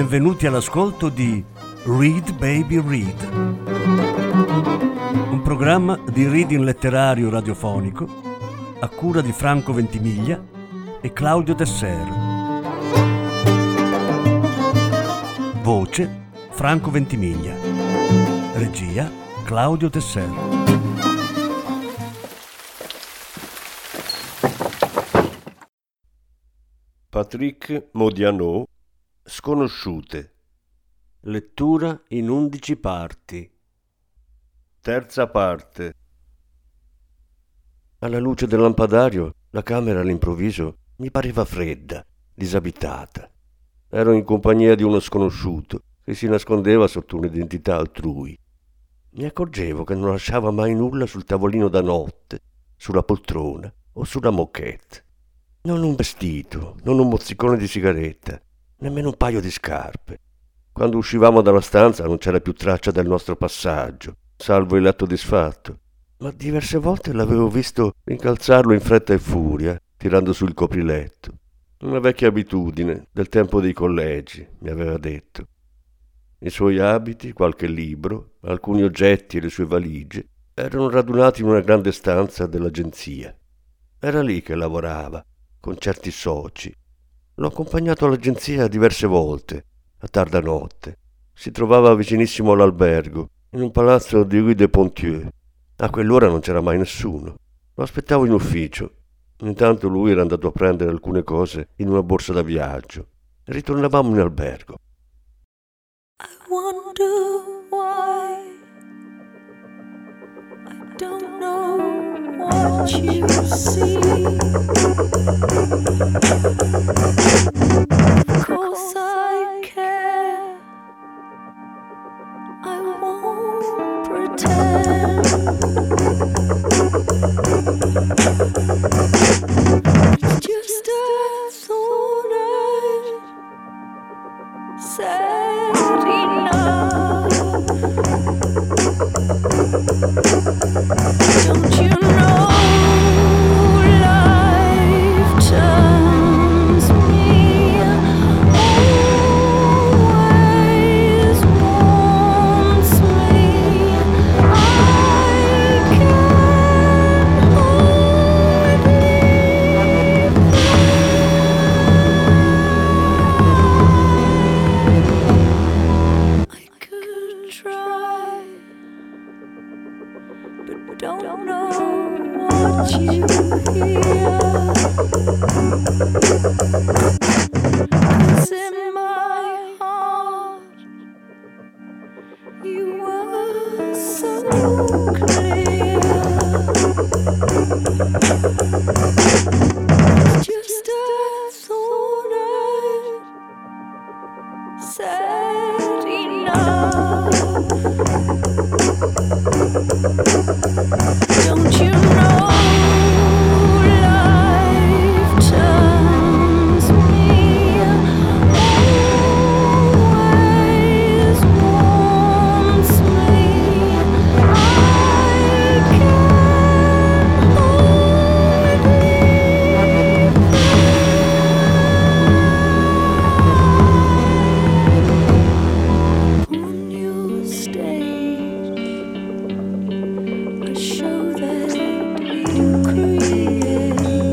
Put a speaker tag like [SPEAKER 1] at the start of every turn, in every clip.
[SPEAKER 1] Benvenuti all'ascolto di Read Baby Read, un programma di reading letterario radiofonico a cura di Franco Ventimiglia e Claudio Desser. Voce Franco Ventimiglia. Regia Claudio Desser.
[SPEAKER 2] Patrick Modiano, Sconosciute.
[SPEAKER 1] Lettura in 11 parti.
[SPEAKER 2] Terza parte.
[SPEAKER 3] Alla luce del lampadario, la camera all'improvviso mi pareva fredda, disabitata. Ero in compagnia di uno sconosciuto che si nascondeva sotto un'identità altrui. Mi accorgevo che non lasciava mai nulla sul tavolino da notte, sulla poltrona o sulla moquette. Non un vestito, non un mozzicone di sigaretta, nemmeno un paio di scarpe. Quando uscivamo dalla stanza non c'era più traccia del nostro passaggio, salvo il letto disfatto, ma diverse volte l'avevo visto incalzarlo in fretta e furia, tirando su il copriletto. Una vecchia abitudine del tempo dei collegi, mi aveva detto. I suoi abiti, qualche libro, alcuni oggetti e le sue valigie erano radunati in una grande stanza dell'agenzia. Era lì che lavorava, con certi soci. L'ho accompagnato all'agenzia diverse volte, a tarda notte. Si trovava vicinissimo all'albergo, in un palazzo di Rue de Pontieux. A quell'ora non c'era mai nessuno. Lo aspettavo in ufficio. Intanto lui era andato a prendere alcune cose in una borsa da viaggio. Ritornavamo in albergo.
[SPEAKER 4] I wonder why. I don't know what you see. Of course I care. I won't pretend. It's just a thought I'd said enough. Don't you know life turns me always wants me. I can't hardly I could try, but don't know what you hear. 'Cause in my heart you were so clear. It's just a thought I'd said enough. Don't you know life turns me always wants me. I can't hardly on your stage. A show that you create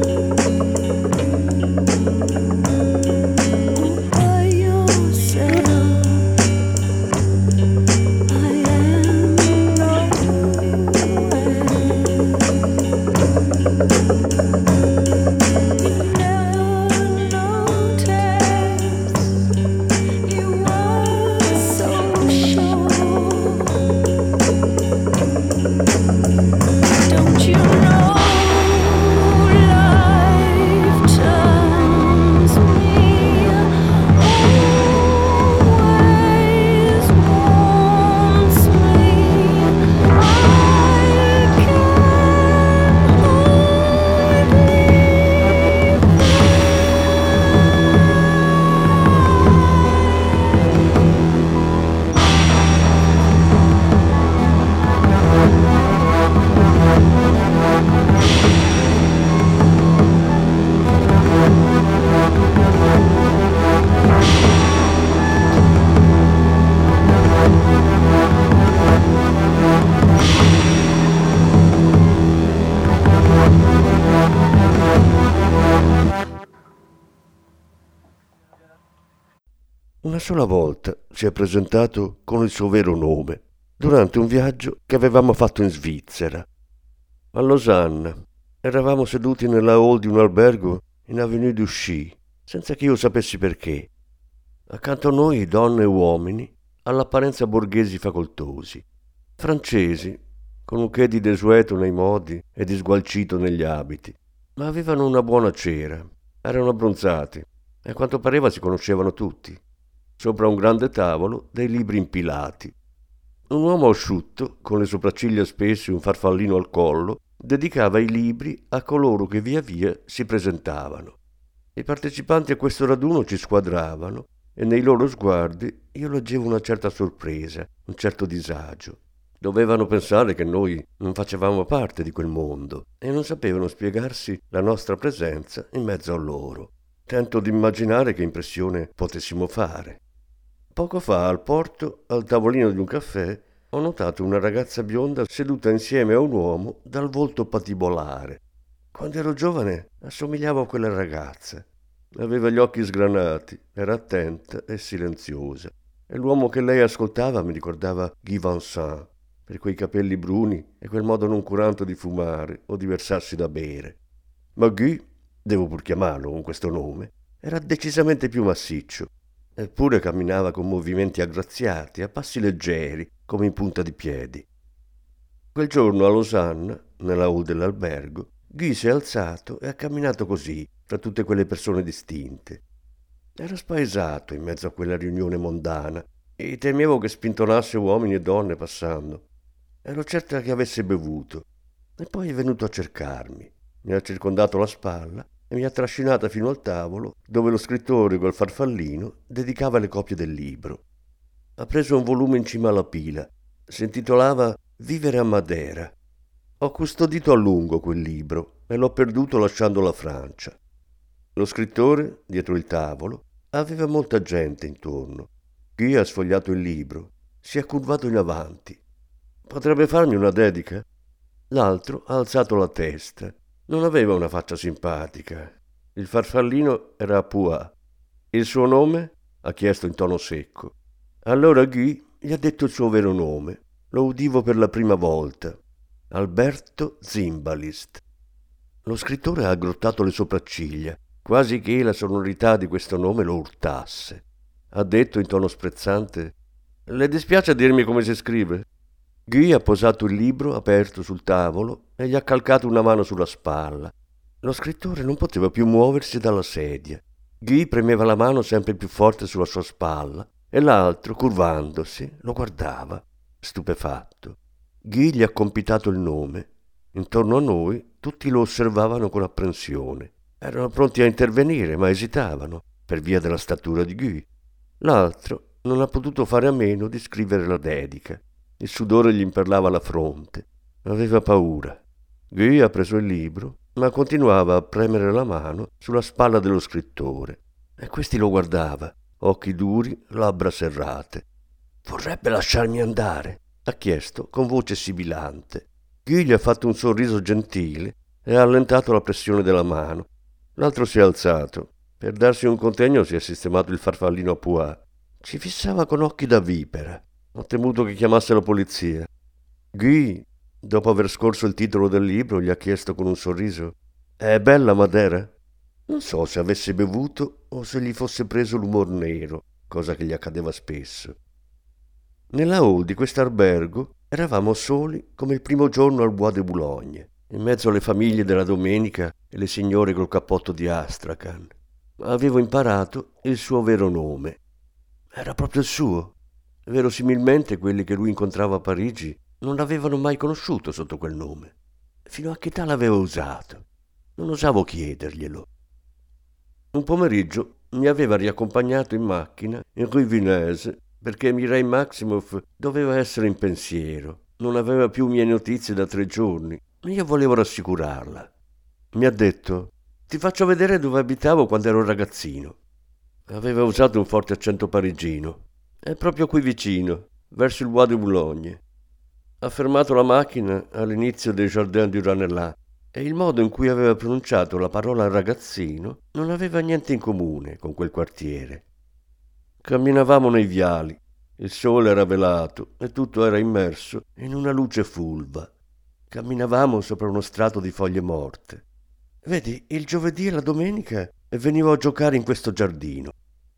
[SPEAKER 4] all by yourself. I am nowhere. You never noticed. You were so sure.
[SPEAKER 3] sola volta si è presentato con il suo vero nome, durante un viaggio che avevamo fatto in Svizzera. A Losanna. Eravamo seduti nella hall di un albergo in Avenue du Chy, senza che io sapessi perché. Accanto a noi donne e uomini, all'apparenza borghesi facoltosi, francesi, con un che di desueto nei modi e di sgualcito negli abiti, ma avevano una buona cera, erano abbronzati e a quanto pareva si conoscevano tutti. Sopra un grande tavolo dei libri impilati. Un uomo asciutto, con le sopracciglia spesse e un farfallino al collo, dedicava i libri a coloro che via via si presentavano. I partecipanti a questo raduno ci squadravano e nei loro sguardi io leggevo una certa sorpresa, un certo disagio. Dovevano pensare che noi non facevamo parte di quel mondo e non sapevano spiegarsi la nostra presenza in mezzo a loro. Tento di immaginare che impressione potessimo fare. Poco fa al porto, al tavolino di un caffè, ho notato una ragazza bionda seduta insieme a un uomo dal volto patibolare. Quando ero giovane assomigliavo a quella ragazza. Aveva gli occhi sgranati, era attenta e silenziosa. E l'uomo che lei ascoltava mi ricordava Guy Vincent, per quei capelli bruni e quel modo noncurante di fumare o di versarsi da bere. Ma Guy, devo pur chiamarlo con questo nome, era decisamente più massiccio. Eppure camminava con movimenti aggraziati, a passi leggeri, come in punta di piedi. Quel giorno a Losanna, nella hall dell'albergo, Guy si è alzato e ha camminato così, fra tutte quelle persone distinte. Ero spaesato in mezzo a quella riunione mondana e temevo che spintonasse uomini e donne passando. Ero certa che avesse bevuto e poi è venuto a cercarmi. Mi ha circondato la spalla e mi ha trascinata fino al tavolo dove lo scrittore col farfallino dedicava le copie del libro. Ha preso un volume in cima alla pila. Si intitolava Vivere a Madera. Ho custodito a lungo quel libro e l'ho perduto lasciando la Francia. Lo scrittore, dietro il tavolo, aveva molta gente intorno. Guy ha sfogliato il libro, si è curvato in avanti. Potrebbe farmi una dedica? L'altro ha alzato la testa. Non aveva una faccia simpatica. Il farfallino era a Poix. Il suo nome? Ha chiesto in tono secco. Allora Guy gli ha detto il suo vero nome. Lo udivo per la prima volta. Alberto Zimbalist. Lo scrittore ha aggrottato le sopracciglia, quasi che la sonorità di questo nome lo urtasse. Ha detto in tono sprezzante: «Le dispiace dirmi come si scrive?» Guy ha posato il libro aperto sul tavolo e gli ha calcato una mano sulla spalla. Lo scrittore non poteva più muoversi dalla sedia. Guy premeva la mano sempre più forte sulla sua spalla e l'altro, curvandosi, lo guardava, stupefatto. Guy gli ha compitato il nome. Intorno a noi tutti lo osservavano con apprensione. Erano pronti a intervenire, ma esitavano, per via della statura di Guy. L'altro non ha potuto fare a meno di scrivere la dedica. Il sudore gli imperlava la fronte. Aveva paura. Guy ha preso il libro, ma continuava a premere la mano sulla spalla dello scrittore. E questi lo guardava, occhi duri, labbra serrate. «Vorrebbe lasciarmi andare?» ha chiesto con voce sibilante. Guy gli ha fatto un sorriso gentile e ha allentato la pressione della mano. L'altro si è alzato. Per darsi un contegno si è sistemato il farfallino a Poix. Ci fissava con occhi da vipera. Ho temuto che chiamasse la polizia. Guy, dopo aver scorso il titolo del libro, gli ha chiesto con un sorriso: «È bella Madera?» Non so se avesse bevuto o se gli fosse preso l'umor nero, cosa che gli accadeva spesso. Nella hall di quest'albergo eravamo soli come il primo giorno al Bois de Boulogne, in mezzo alle famiglie della domenica e le signore col cappotto di Astrakhan. Avevo imparato il suo vero nome. Era proprio il suo. Verosimilmente quelli che lui incontrava a Parigi non l'avevano mai conosciuto sotto quel nome. Fino a che età l'aveva usato? Non osavo chiederglielo. Un pomeriggio mi aveva riaccompagnato in macchina in Rue Vineuse perché Mireille Maximoff doveva essere in pensiero. Non aveva più mie notizie da 3 giorni. Io volevo rassicurarla. Mi ha detto: «Ti faccio vedere dove abitavo quando ero ragazzino». Aveva usato un forte accento parigino. «È proprio qui vicino, verso il Bois de Boulogne». Ha fermato la macchina all'inizio dei Jardin du Ranelagh e il modo in cui aveva pronunciato la parola ragazzino non aveva niente in comune con quel quartiere. Camminavamo nei viali. Il sole era velato e tutto era immerso in una luce fulva. Camminavamo sopra uno strato di foglie morte. Vedi, il giovedì e la domenica venivo a giocare in questo giardino.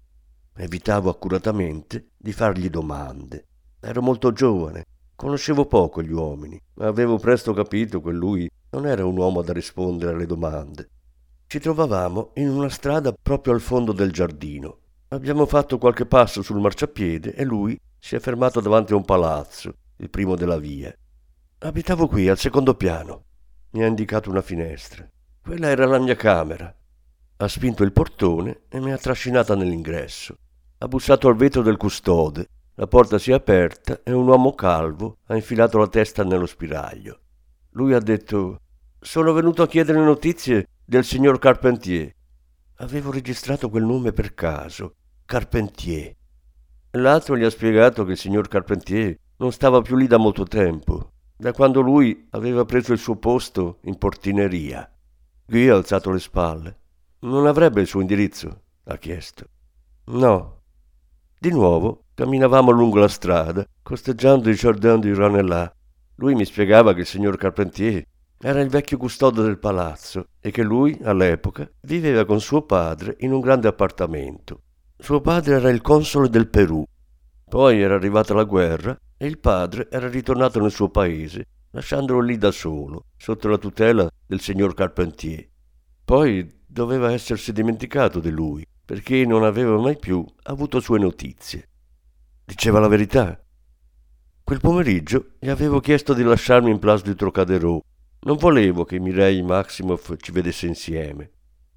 [SPEAKER 3] Evitavo accuratamente di fargli domande. Ero molto giovane, conoscevo poco gli uomini, ma avevo presto capito che lui non era un uomo da rispondere alle domande. Ci trovavamo in una strada proprio al fondo del giardino. Abbiamo fatto qualche passo sul marciapiede e lui si è fermato davanti a un palazzo, il primo della via. Abitavo qui, al secondo piano. Mi ha indicato una finestra. Quella era la mia camera. Ha spinto il portone e mi ha trascinata nell'ingresso. Ha bussato al vetro del custode. La porta si è aperta e un uomo calvo ha infilato la testa nello spiraglio. Lui ha detto: «Sono venuto a chiedere notizie del signor Carpentier». Avevo registrato quel nome per caso, Carpentier. L'altro gli ha spiegato che il signor Carpentier non stava più lì da molto tempo, da quando lui aveva preso il suo posto in portineria. Guy ha alzato le spalle. «Non avrebbe il suo indirizzo?» ha chiesto. «No». Di nuovo camminavamo lungo la strada, costeggiando il Jardin du Ranelagh. Lui mi spiegava che il signor Carpentier era il vecchio custode del palazzo e che lui, all'epoca, viveva con suo padre in un grande appartamento. Suo padre era il console del Perù. Poi era arrivata la guerra e il padre era ritornato nel suo paese, lasciandolo lì da solo, sotto la tutela del signor Carpentier. Poi doveva essersi dimenticato di lui, perché non aveva mai più avuto sue notizie. Diceva la verità. Quel pomeriggio gli avevo chiesto di lasciarmi in Place du Trocadéro. Non volevo che Mireille Maximoff ci vedesse insieme.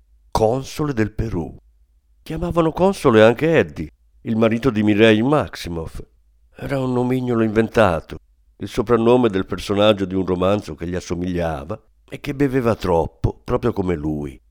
[SPEAKER 3] Console del Perù. Chiamavano console anche Eddie, il marito di Mireille Maximoff. Era un nomignolo inventato, il soprannome del personaggio di un romanzo che gli assomigliava e che beveva troppo, proprio come lui.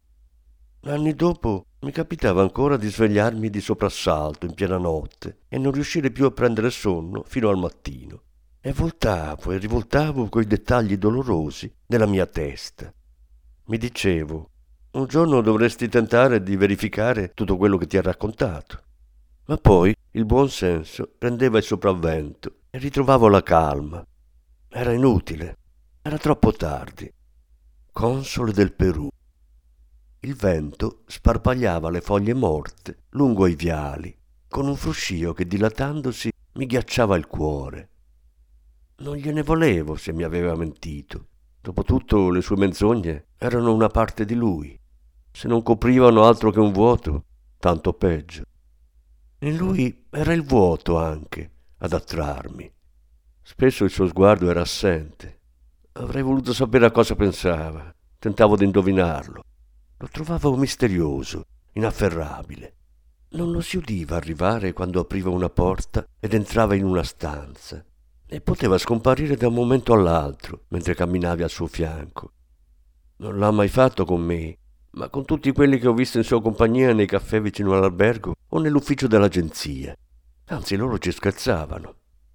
[SPEAKER 3] Anni dopo mi capitava ancora di svegliarmi di soprassalto in piena notte e non riuscire più a prendere sonno fino al mattino. E voltavo e rivoltavo quei dettagli dolorosi nella mia testa. Mi dicevo: un giorno dovresti tentare di verificare tutto quello che ti ha raccontato. Ma poi il buon senso prendeva il sopravvento e ritrovavo la calma. Era inutile, era troppo tardi. Console del Perù. Il vento sparpagliava le foglie morte lungo i viali, con un fruscio che dilatandosi mi ghiacciava il cuore. Non gliene volevo se mi aveva mentito. Dopotutto le sue menzogne erano una parte di lui. Se non coprivano altro che un vuoto, tanto peggio. In lui era il vuoto anche ad attrarmi. Spesso il suo sguardo era assente. Avrei voluto sapere a cosa pensava. Tentavo di indovinarlo. Lo trovavo misterioso, inafferrabile. Non lo si udiva arrivare quando apriva una porta ed entrava in una stanza. E poteva scomparire da un momento all'altro mentre camminavi al suo fianco. Non l'ha mai fatto con me, ma con tutti quelli che ho visto in sua compagnia nei caffè vicino all'albergo o nell'ufficio dell'agenzia. Anzi, loro ci scherzavano.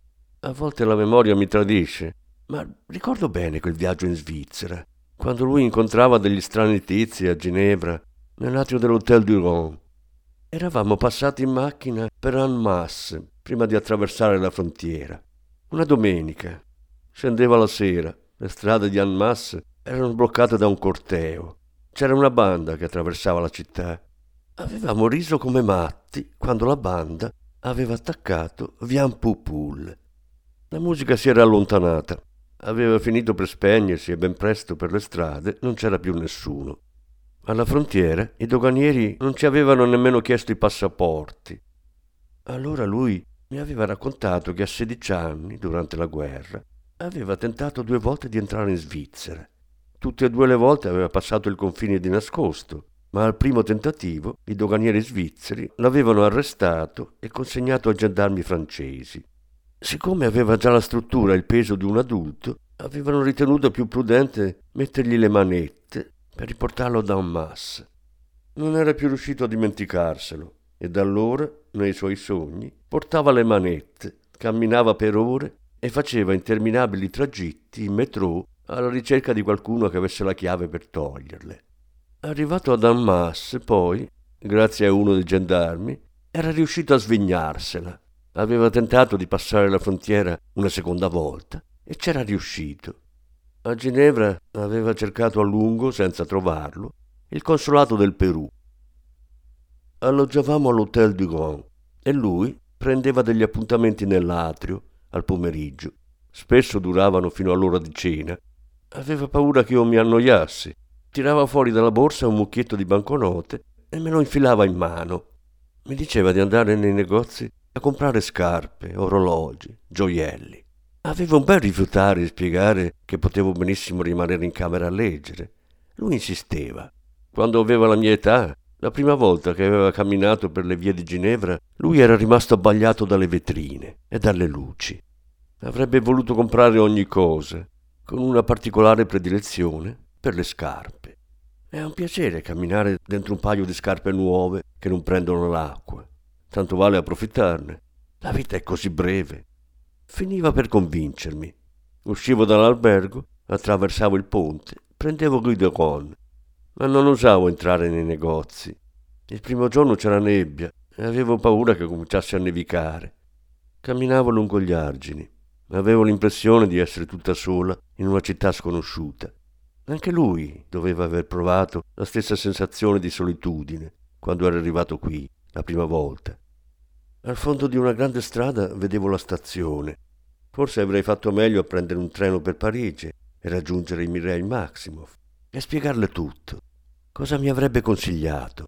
[SPEAKER 3] A volte la memoria mi tradisce, ma ricordo bene quel viaggio in Svizzera, quando lui incontrava degli strani tizi a Ginevra, nell'atrio dell'Hôtel du Rhône. Eravamo passati in macchina per Annemasse prima di attraversare la frontiera. Una domenica. Scendeva la sera. Le strade di Annemasse erano bloccate da un corteo. C'era una banda che attraversava la città. Avevamo riso come matti quando la banda aveva attaccato Vian Pupul. La musica si era allontanata. Aveva finito per spegnersi e ben presto per le strade non c'era più nessuno. Alla frontiera i doganieri non ci avevano nemmeno chiesto i passaporti. Allora lui mi aveva raccontato che a 16 anni, durante la guerra, aveva tentato 2 volte di entrare in Svizzera. Tutte e 2 le volte aveva passato il confine di nascosto, ma al primo tentativo i doganieri svizzeri l'avevano arrestato e consegnato ai gendarmi francesi. Siccome aveva già la struttura e il peso di un adulto, avevano ritenuto più prudente mettergli le manette per riportarlo da Annemasse. Non era più riuscito a dimenticarselo e da allora, nei suoi sogni, portava le manette, camminava per ore e faceva interminabili tragitti in metro alla ricerca di qualcuno che avesse la chiave per toglierle. Arrivato ad Annemasse, poi, grazie a uno dei gendarmi, era riuscito a svignarsela. Aveva tentato di passare la frontiera una seconda volta e c'era riuscito. A Ginevra aveva cercato a lungo, senza trovarlo, il consolato del Perù. Alloggiavamo all'Hôtel du Grand e lui prendeva degli appuntamenti nell'atrio al pomeriggio. Spesso duravano fino all'ora di cena. Aveva paura che io mi annoiassi. Tirava fuori dalla borsa un mucchietto di banconote e me lo infilava in mano. Mi diceva di andare nei negozi a comprare scarpe, orologi, gioielli. Avevo un bel rifiutare e spiegare che potevo benissimo rimanere in camera a leggere. Lui insisteva. Quando aveva la mia età, la prima volta che aveva camminato per le vie di Ginevra, lui era rimasto abbagliato dalle vetrine e dalle luci. Avrebbe voluto comprare ogni cosa, con una particolare predilezione per le scarpe. È un piacere camminare dentro un paio di scarpe nuove che non prendono l'acqua. Tanto vale approfittarne. La vita è così breve. Finiva per convincermi. Uscivo dall'albergo, attraversavo il ponte, prendevo Rue de Rosne, ma non osavo entrare nei negozi. Il primo giorno c'era nebbia e avevo paura che cominciasse a nevicare. Camminavo lungo gli argini. Avevo l'impressione di essere tutta sola in una città sconosciuta. Anche lui doveva aver provato la stessa sensazione di solitudine quando era arrivato qui la prima volta. Al fondo di una grande strada vedevo la stazione. Forse avrei fatto meglio a prendere un treno per Parigi e raggiungere il Mireille Maximoff e spiegarle tutto. Cosa mi avrebbe consigliato?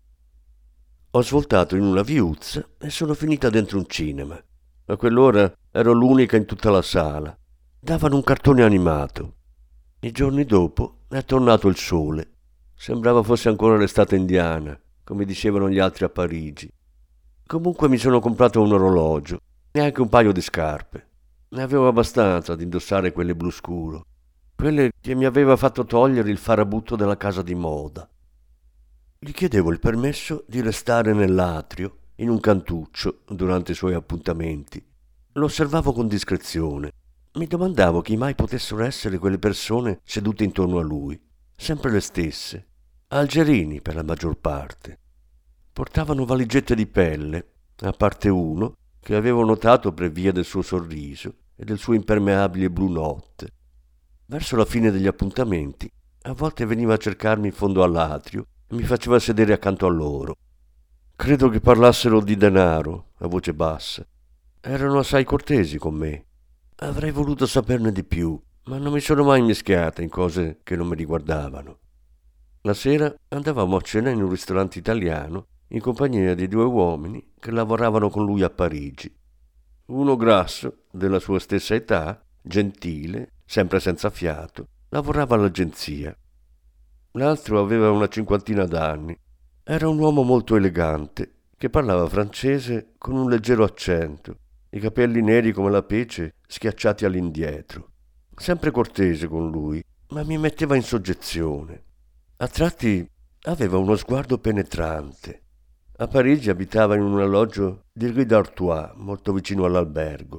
[SPEAKER 3] Ho svoltato in una viuzza e sono finita dentro un cinema. A quell'ora ero l'unica in tutta la sala. Davano un cartone animato. I giorni dopo è tornato il sole. Sembrava fosse ancora l'estate indiana, come dicevano gli altri a Parigi. Comunque mi sono comprato un orologio e anche un paio di scarpe. Ne avevo abbastanza di indossare quelle blu scuro, quelle che mi aveva fatto togliere il farabutto della casa di moda. Gli chiedevo il permesso di restare nell'atrio, in un cantuccio, durante i suoi appuntamenti. Lo osservavo con discrezione. Mi domandavo chi mai potessero essere quelle persone sedute intorno a lui, sempre le stesse, algerini per la maggior parte. Portavano valigette di pelle, a parte uno che avevo notato per via del suo sorriso e del suo impermeabile blu notte. Verso la fine degli appuntamenti, a volte veniva a cercarmi in fondo all'atrio e mi faceva sedere accanto a loro. Credo che parlassero di denaro, a voce bassa. Erano assai cortesi con me. Avrei voluto saperne di più, ma non mi sono mai mischiata in cose che non mi riguardavano. La sera andavamo a cena in un ristorante italiano in compagnia di 2 uomini che lavoravano con lui a Parigi. Uno grasso, della sua stessa età, gentile, sempre senza fiato, lavorava all'agenzia. L'altro aveva una 50 d'anni. Era un uomo molto elegante, che parlava francese con un leggero accento, i capelli neri come la pece schiacciati all'indietro. Sempre cortese con lui, ma mi metteva in soggezione. A tratti aveva uno sguardo penetrante. A Parigi abitava in un alloggio di Rue d'Artois, molto vicino all'albergo.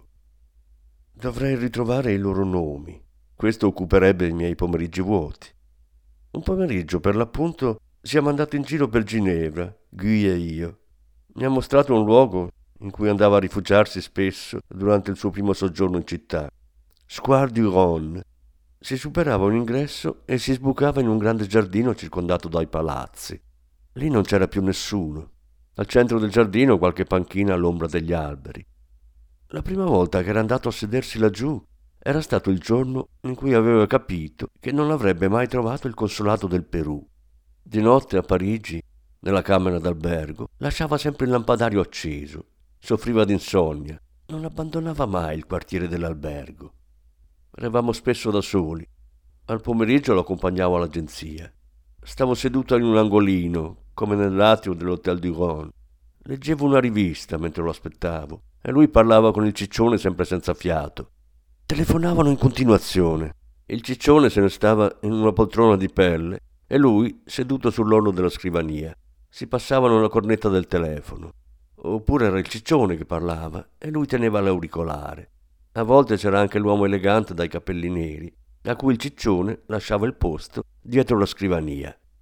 [SPEAKER 3] Dovrei ritrovare i loro nomi. Questo occuperebbe i miei pomeriggi vuoti. Un pomeriggio, per l'appunto, siamo andati in giro per Ginevra, Guy e io. Mi ha mostrato un luogo in cui andava a rifugiarsi spesso durante il suo primo soggiorno in città. Square du Rhône. Si superava un ingresso e si sbucava in un grande giardino circondato dai palazzi. Lì non c'era più nessuno. Al centro del giardino qualche panchina all'ombra degli alberi. La prima volta che era andato a sedersi laggiù era stato il giorno in cui aveva capito che non avrebbe mai trovato il consolato del Perù. Di notte a Parigi, nella camera d'albergo, lasciava sempre il lampadario acceso. Soffriva d'insonnia. Non abbandonava mai il quartiere dell'albergo. Eravamo spesso da soli. Al pomeriggio lo accompagnavo all'agenzia. Stavo seduto in un angolino, come nell'atrio dell'Hôtel du Rhône. Leggevo una rivista mentre lo aspettavo e lui parlava con il ciccione sempre senza fiato. Telefonavano in continuazione. Il ciccione se ne stava in una poltrona di pelle e lui seduto sull'orlo della scrivania. Si passavano la cornetta del telefono. Oppure era il ciccione che parlava e lui teneva l'auricolare. A volte c'era anche l'uomo elegante dai capelli neri, a cui il ciccione lasciava il posto dietro la scrivania.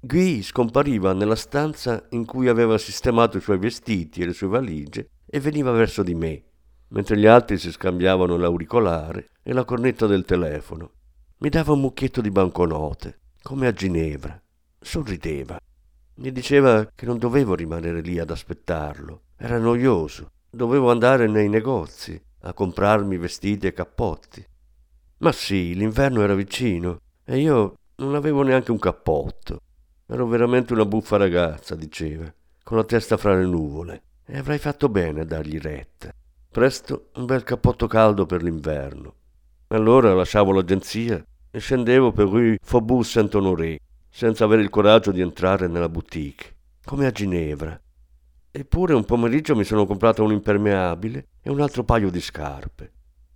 [SPEAKER 3] Guy scompariva nella stanza in cui aveva sistemato i suoi vestiti e le sue valigie e veniva verso di me, mentre gli altri si scambiavano l'auricolare e la cornetta del telefono. Mi dava un mucchietto di banconote, come a Ginevra. Sorrideva. Mi diceva che non dovevo rimanere lì ad aspettarlo. Era noioso. Dovevo andare nei negozi a comprarmi vestiti e cappotti. Ma sì, l'inverno era vicino e io non avevo neanche un cappotto. Ero veramente una buffa ragazza, diceva, con la testa fra le nuvole, e avrei fatto bene a dargli retta. Presto un bel cappotto caldo per l'inverno. Allora lasciavo l'agenzia e scendevo per Rue Faubourg Saint-Honoré, senza avere il coraggio di entrare nella boutique, come a Ginevra. Eppure un pomeriggio mi sono comprato un impermeabile e un altro paio di scarpe.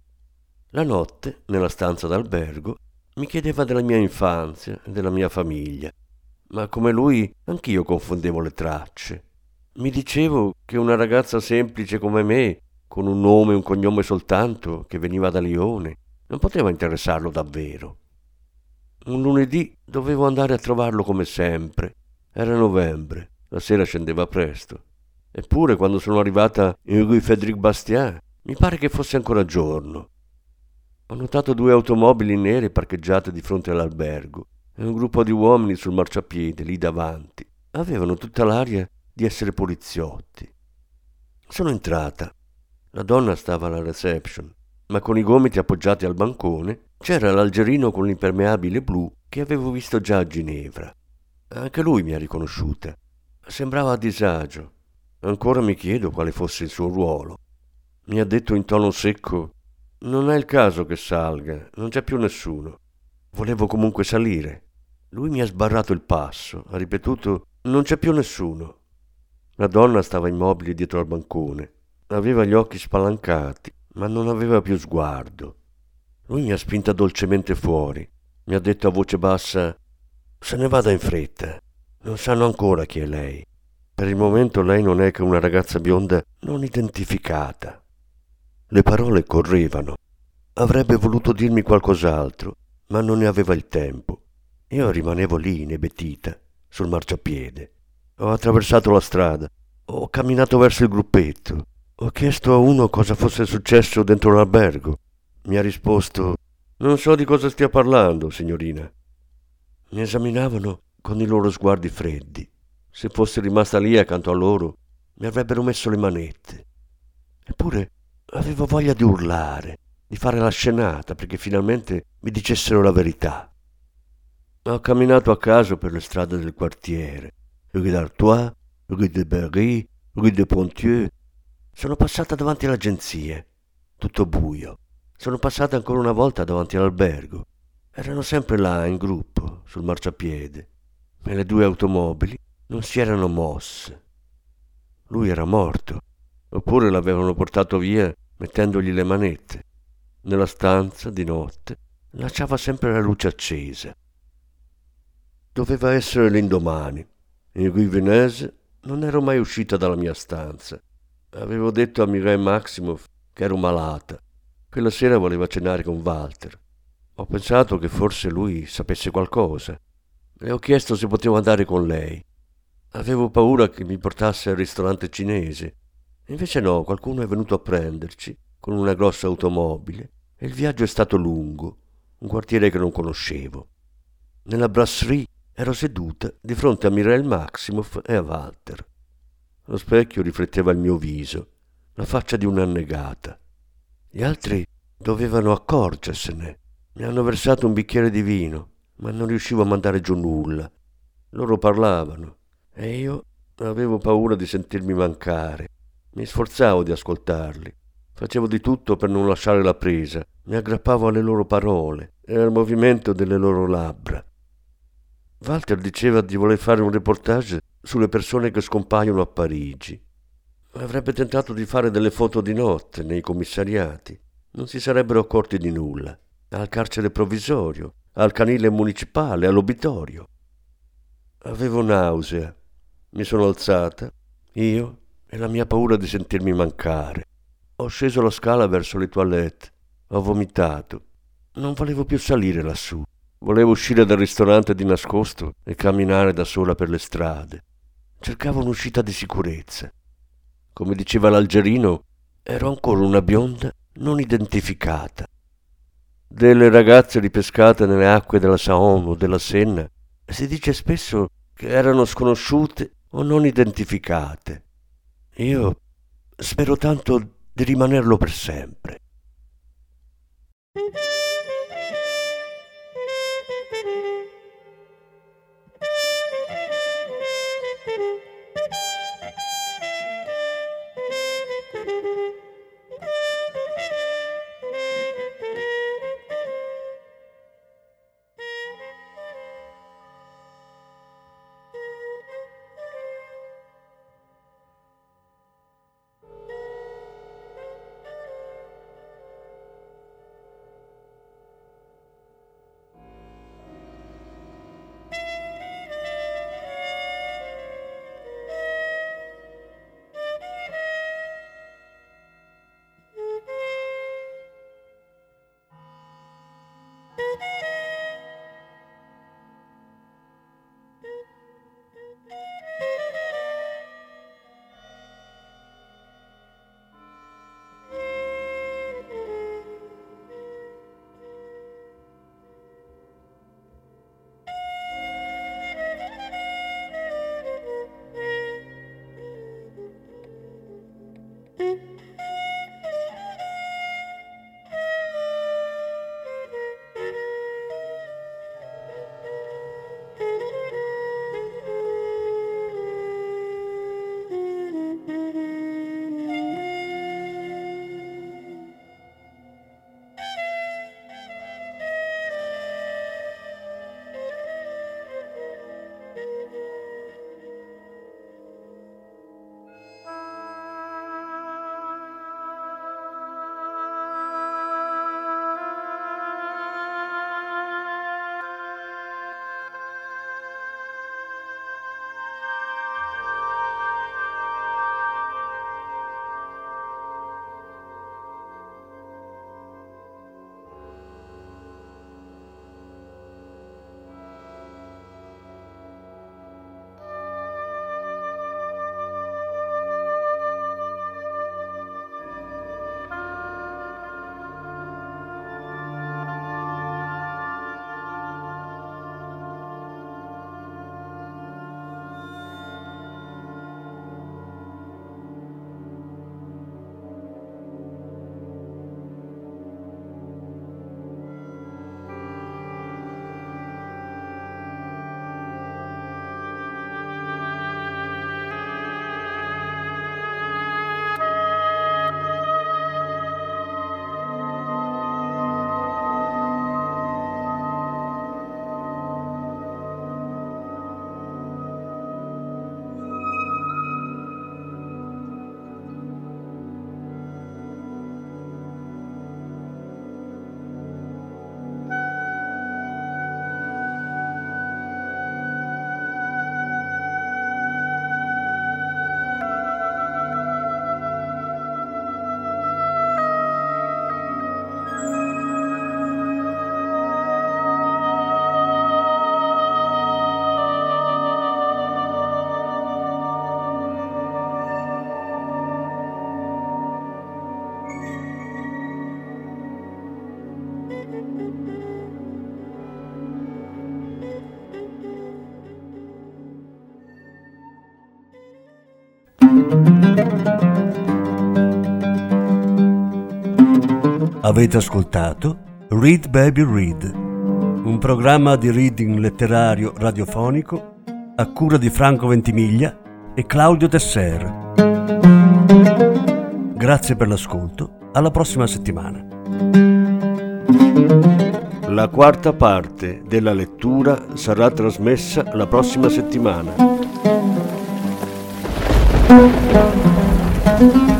[SPEAKER 3] La notte, nella stanza d'albergo, mi chiedeva della mia infanzia e della mia famiglia, ma come lui anch'io confondevo le tracce. Mi dicevo che una ragazza semplice come me, con un nome e un cognome soltanto, che veniva da Lione, non poteva interessarlo davvero. Un lunedì dovevo andare a trovarlo come sempre. Era novembre, la sera scendeva presto. Eppure quando sono arrivata in Rue Frédéric Bastiat, mi pare che fosse ancora giorno. Ho notato 2 automobili nere parcheggiate di fronte all'albergo e un gruppo di uomini sul marciapiede lì davanti. Avevano tutta l'aria di essere poliziotti. Sono entrata. La donna stava alla reception, ma con i gomiti appoggiati al bancone c'era l'algerino con l'impermeabile blu che avevo visto già a Ginevra. Anche lui mi ha riconosciuta. Sembrava a disagio. Ancora mi chiedo quale fosse il suo ruolo. Mi ha detto in tono secco: «Non è il caso che salga, non c'è più nessuno». Volevo comunque salire. Lui mi ha sbarrato il passo, ha ripetuto: «Non c'è più nessuno». La donna stava immobile dietro al bancone. Aveva gli occhi spalancati, ma non aveva più sguardo. Lui mi ha spinta dolcemente fuori. Mi ha detto a voce bassa: «Se ne vada in fretta. Non sanno ancora chi è lei. Per il momento lei non è che una ragazza bionda non identificata». Le parole correvano. Avrebbe voluto dirmi qualcos'altro, ma non ne aveva il tempo. Io rimanevo lì, inebetita, sul marciapiede. Ho attraversato la strada. Ho camminato verso il gruppetto. Ho chiesto a uno cosa fosse successo dentro l'albergo. Mi ha risposto: «Non so di cosa stia parlando, signorina». Mi esaminavano con i loro sguardi freddi. Se fossi rimasta lì accanto a loro, mi avrebbero messo le manette. Eppure avevo voglia di urlare, di fare la scenata perché finalmente mi dicessero la verità. Ho camminato a caso per le strade del quartiere, Rue d'Artois, Rue de Berry, Rue de Pontieux. Sono passata davanti alle agenzie, tutto buio. Sono passata ancora una volta davanti all'albergo. Erano sempre là, in gruppo, sul marciapiede, e le 2 automobili non si erano mosse. Lui era morto, oppure l'avevano portato via mettendogli le manette. Nella stanza, di notte, lasciava sempre la luce accesa. Doveva essere l'indomani. In Rue Venise non ero mai uscita dalla mia stanza. Avevo detto a Mireille Maximoff che ero malata. Quella sera voleva cenare con Walter. Ho pensato che forse lui sapesse qualcosa e ho chiesto se potevo andare con lei. Avevo paura che mi portasse al ristorante cinese. Invece no, qualcuno è venuto a prenderci con una grossa automobile e il viaggio è stato lungo, un quartiere che non conoscevo. Nella brasserie ero seduta di fronte a Mireille Maximoff e a Walter. Lo specchio rifletteva il mio viso, la faccia di un'annegata. Gli altri dovevano accorgersene. Mi hanno versato un bicchiere di vino, ma non riuscivo a mandare giù nulla. Loro parlavano e io avevo paura di sentirmi mancare. Mi sforzavo di ascoltarli. Facevo di tutto per non lasciare la presa. Mi aggrappavo alle loro parole e al movimento delle loro labbra. Walter diceva di voler fare un reportage sulle persone che scompaiono a Parigi. Avrebbe tentato di fare delle foto di notte nei commissariati. Non si sarebbero accorti di nulla. Al carcere provvisorio, al canile municipale, all'obitorio. Avevo nausea. Mi sono alzata, io e la mia paura di sentirmi mancare. Ho sceso la scala verso le toilette. Ho vomitato. Non volevo più salire lassù. Volevo uscire dal ristorante di nascosto e camminare da sola per le strade. Cercavo un'uscita di sicurezza. Come diceva l'algerino, ero ancora una bionda non identificata. Delle ragazze ripescate nelle acque della Saône o della Senna si dice spesso che erano sconosciute o non identificate. Io spero tanto di rimanerlo per sempre.
[SPEAKER 1] Avete ascoltato Read Baby Read, un programma di reading letterario radiofonico a cura di Franco Ventimiglia e Claudio Tesser. Grazie per l'ascolto, alla prossima settimana.
[SPEAKER 3] La quarta parte della lettura sarà trasmessa la prossima settimana.